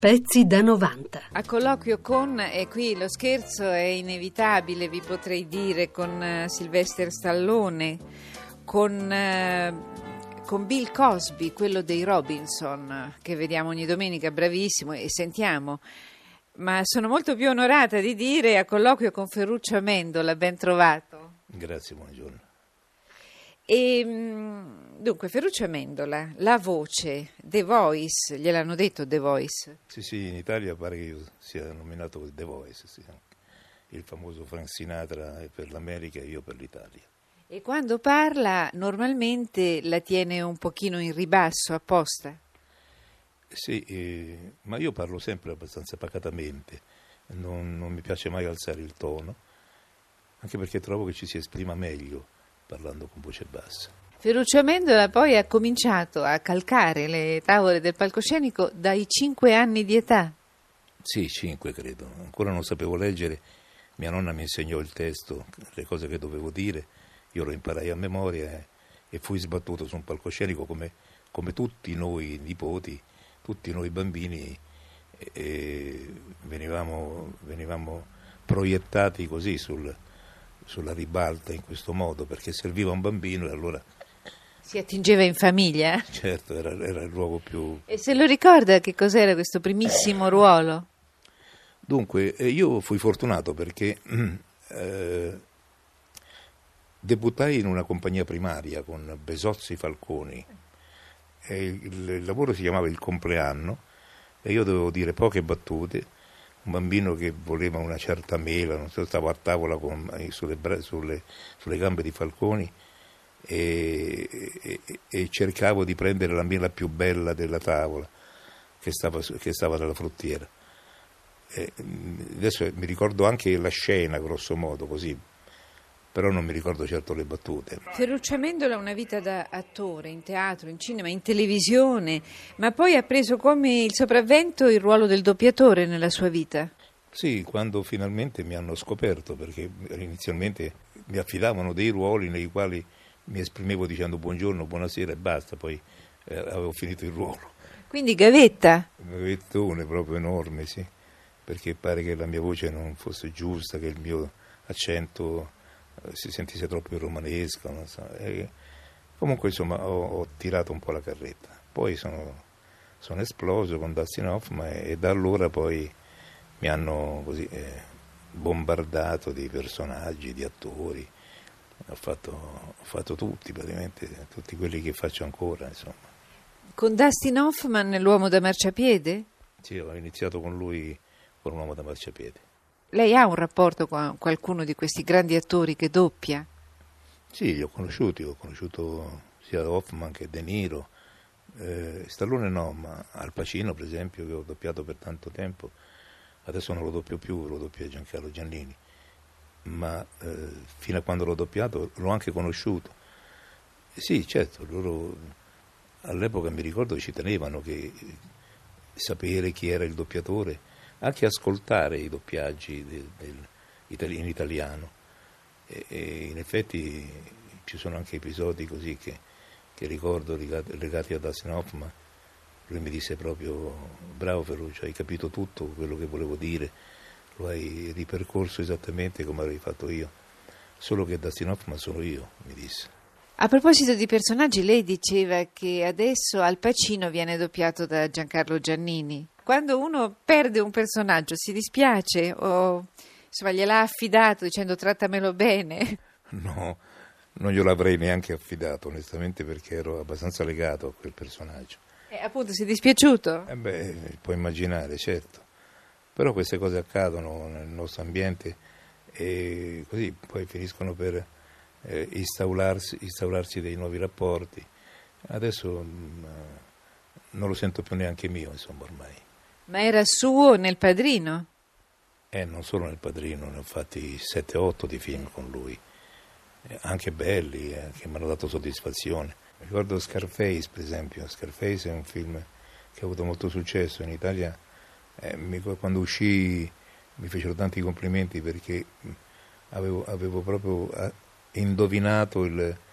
Pezzi da 90. A colloquio con, e qui lo scherzo è inevitabile, vi potrei dire, con Sylvester Stallone, con Bill Cosby, quello dei Robinson, che vediamo ogni domenica, bravissimo, e sentiamo. Ma sono molto più onorata di dire a colloquio con Ferruccio Amendola, ben trovato. Grazie, buongiorno. E dunque, Ferruccio Amendola, la voce, The Voice, gliel'hanno detto The Voice? Sì, in Italia pare che io sia nominato The Voice, sì. Il famoso Frank Sinatra per l'America e io per l'Italia. E quando parla normalmente la tiene un pochino in ribasso, apposta? Sì, ma io parlo sempre abbastanza pacatamente, non mi piace mai alzare il tono, anche perché trovo che ci si esprima meglio parlando con voce bassa. Ferruccio Amendola poi ha cominciato a calcare le tavole del palcoscenico dai 5 anni di età. Sì, 5 credo, ancora non sapevo leggere, mia nonna mi insegnò il testo, le cose che dovevo dire, io lo imparai a memoria e fui sbattuto su un palcoscenico come tutti noi nipoti, tutti noi bambini, e venivamo proiettati così sulla ribalta in questo modo, perché serviva un bambino e allora... Si attingeva in famiglia? Certo, era il luogo più... E se lo ricorda che cos'era questo primissimo ruolo? Dunque, io fui fortunato perché debuttai in una compagnia primaria con Besozzi Falconi e il lavoro si chiamava Il compleanno e io dovevo dire poche battute. Un bambino che voleva una certa mela, non so, stavo a tavola sulle gambe di Falconi e cercavo di prendere la mela più bella della tavola che stava nella fruttiera. Adesso mi ricordo anche la scena, grosso modo, così, però non mi ricordo certo le battute. Ferruccio Amendola ha una vita da attore, in teatro, in cinema, in televisione, ma poi ha preso come il sopravvento il ruolo del doppiatore nella sua vita. Sì, quando finalmente mi hanno scoperto, perché inizialmente mi affidavano dei ruoli nei quali mi esprimevo dicendo buongiorno, buonasera e basta, poi avevo finito il ruolo. Quindi gavetta? Un gavettone proprio enorme, sì, perché pare che la mia voce non fosse giusta, che il mio accento si sentisse troppo romanesco, non so. Comunque insomma ho tirato un po' la carretta, poi sono esploso con Dustin Hoffman e da allora poi mi hanno così bombardato di personaggi, di attori, ho fatto tutti, praticamente tutti quelli che faccio ancora, insomma. Con Dustin Hoffman, l'uomo da marciapiede? Sì, ho iniziato con lui con un uomo da marciapiede. Lei ha un rapporto con qualcuno di questi grandi attori che doppia? Sì, li ho conosciuto sia Hoffman che De Niro, Stallone no, ma Al Pacino per esempio, che ho doppiato per tanto tempo, adesso non lo doppio più, lo doppia Giancarlo Giannini, ma fino a quando l'ho doppiato l'ho anche conosciuto. Sì, certo, loro all'epoca mi ricordo che ci tenevano che sapere chi era il doppiatore, anche ascoltare i doppiaggi in italiano e in effetti ci sono anche episodi così che ricordo legati a Dustin Hoffman. Lui mi disse proprio bravo Ferruccio, hai capito tutto quello che volevo dire, lo hai ripercorso esattamente come avevi fatto io, solo che Dustin Hoffman sono io, mi disse. A proposito di personaggi, lei diceva che adesso Al Pacino viene doppiato da Giancarlo Giannini. Quando uno perde un personaggio si dispiace o insomma gliel'ha affidato dicendo trattamelo bene? No, non glielo avrei neanche affidato onestamente perché ero abbastanza legato a quel personaggio. Appunto, si è dispiaciuto? Puoi immaginare, certo. Però queste cose accadono nel nostro ambiente e così poi finiscono per instaurarsi dei nuovi rapporti. Adesso non lo sento più neanche mio, insomma, ormai. Ma era suo nel Padrino? Non solo nel Padrino, ne ho fatti 7-8 di film con lui, anche belli, che mi hanno dato soddisfazione. Ricordo Scarface, per esempio. Scarface è un film che ha avuto molto successo in Italia. Quando uscì mi fecero tanti complimenti perché avevo proprio indovinato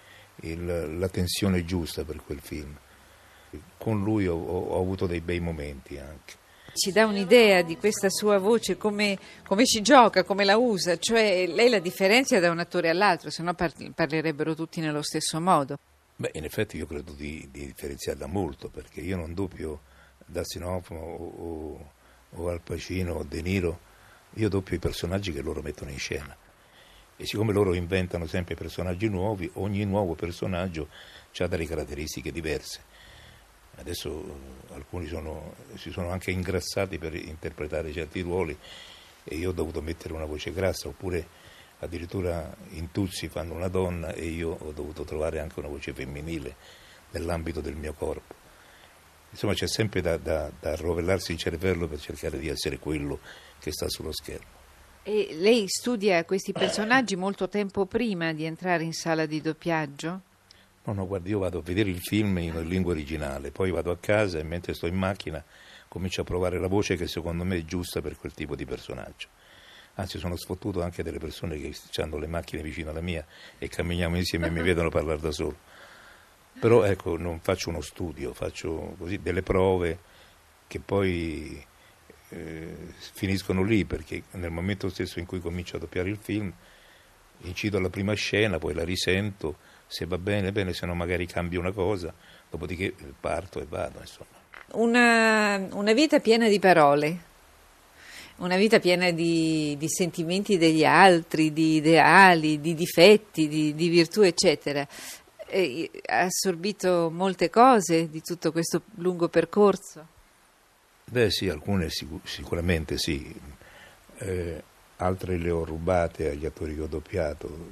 la tensione giusta per quel film. Con lui ho avuto dei bei momenti anche. Ci dà un'idea di questa sua voce, come ci gioca, come la usa, cioè lei la differenzia da un attore all'altro, se no parlerebbero tutti nello stesso modo. Beh, in effetti io credo di differenziarla molto, perché io non doppio Dustin Hoffman o Al Pacino o De Niro, io doppio i personaggi che loro mettono in scena. E siccome loro inventano sempre personaggi nuovi, ogni nuovo personaggio ha delle caratteristiche diverse. Adesso alcuni si sono anche ingrassati per interpretare certi ruoli e io ho dovuto mettere una voce grassa, oppure addirittura in Tuzzi fanno una donna e io ho dovuto trovare anche una voce femminile nell'ambito del mio corpo. Insomma, c'è sempre da rovellarsi il cervello per cercare di essere quello che sta sullo schermo. E lei studia questi personaggi molto tempo prima di entrare in sala di doppiaggio? No, guardi, io vado a vedere il film in lingua originale, poi vado a casa e mentre sto in macchina comincio a provare la voce che secondo me è giusta per quel tipo di personaggio. Anzi, sono sfottuto anche delle persone che hanno le macchine vicino alla mia e camminiamo insieme e mi vedono parlare da solo. Però ecco, non faccio uno studio, faccio così delle prove che poi finiscono lì, perché nel momento stesso in cui comincio a doppiare il film incido alla prima scena, poi la risento, se va bene, bene, se no magari cambio una cosa, dopodiché parto e vado, insomma. Una vita piena di parole, una vita piena di sentimenti degli altri, di ideali, di difetti, di virtù, eccetera. Ha assorbito molte cose di tutto questo lungo percorso? Beh sì, alcune sicuramente sì, altre le ho rubate agli attori che ho doppiato,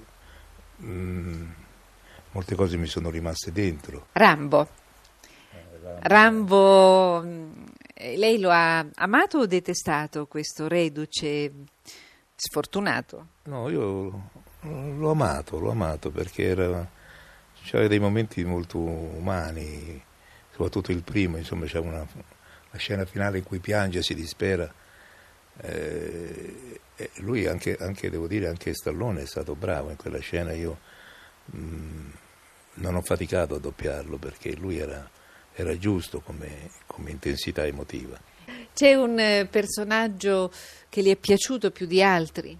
molte cose mi sono rimaste dentro. Rambo, lei lo ha amato o detestato, questo reduce sfortunato? No, io l'ho amato perché c'era dei momenti molto umani, soprattutto il primo, insomma c'è la scena finale in cui piange, si dispera. Lui anche devo dire, anche Stallone è stato bravo in quella scena. Io non ho faticato a doppiarlo perché lui era giusto come intensità emotiva. C'è un personaggio che le è piaciuto più di altri?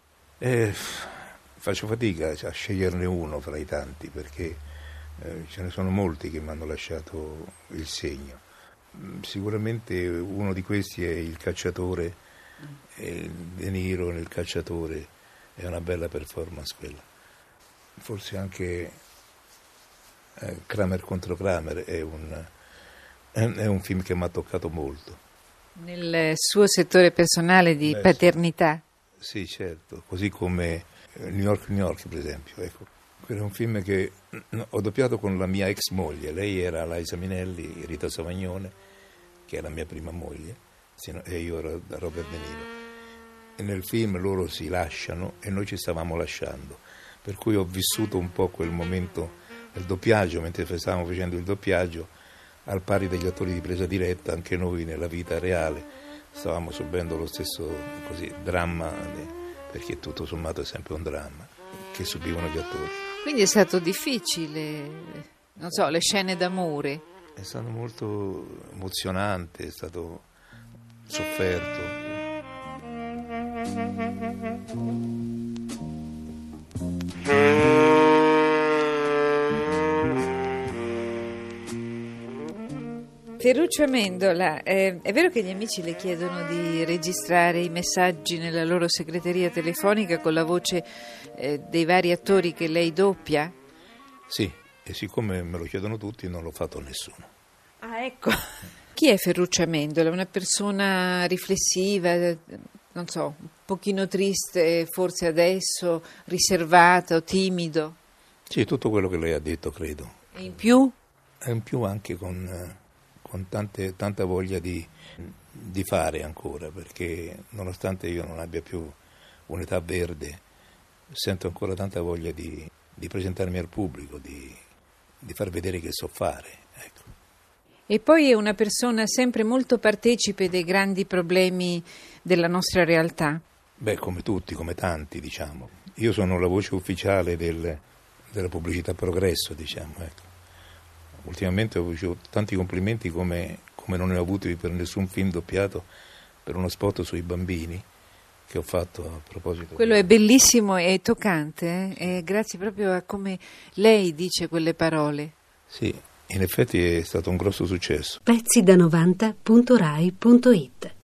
Faccio fatica a sceglierne uno fra i tanti, perché ce ne sono molti che mi hanno lasciato il segno. Sicuramente uno di questi è il cacciatore, De Niro nel Cacciatore, è una bella performance quella. Forse anche Kramer contro Kramer è un film che mi ha toccato molto. Nel suo settore personale di paternità? Sì, certo, così come New York, per esempio. Ecco, quello è un film che ho doppiato con la mia ex moglie. Lei era Liza Minnelli, Rita Savagnone, che è la mia prima moglie, e io ero Robert De Niro. E nel film loro si lasciano e noi ci stavamo lasciando, per cui ho vissuto un po' quel momento del doppiaggio, mentre stavamo facendo il doppiaggio, al pari degli attori di presa diretta, anche noi nella vita reale stavamo subendo lo stesso dramma, perché tutto sommato è sempre un dramma che subivano gli attori. Quindi è stato difficile, non so, le scene d'amore? È stato molto emozionante, è stato sofferto. Ferruccio Amendola, è vero che gli amici le chiedono di registrare i messaggi nella loro segreteria telefonica con la voce dei vari attori che lei doppia? Sì, e siccome me lo chiedono tutti non l'ho fatto a nessuno. Ah, ecco. Chi è Ferruccio Amendola? Una persona riflessiva, non so, un pochino triste forse adesso, riservata o timido? Sì, tutto quello che lei ha detto, credo. E in più? E in più anche con tanta voglia di fare ancora, perché nonostante io non abbia più un'età verde, sento ancora tanta voglia di presentarmi al pubblico, di far vedere che so fare, ecco. E poi è una persona sempre molto partecipe dei grandi problemi della nostra realtà? Beh, come tutti, come tanti, diciamo. Io sono la voce ufficiale della pubblicità progresso, diciamo, ecco. Ultimamente ho ricevuto tanti complimenti come come non ne ho avuti per nessun film doppiato, per uno spot sui bambini che ho fatto a proposito. Quello è bellissimo e toccante, e grazie proprio a come lei dice quelle parole. Sì, in effetti è stato un grosso successo. Pezzi da 90.rai.it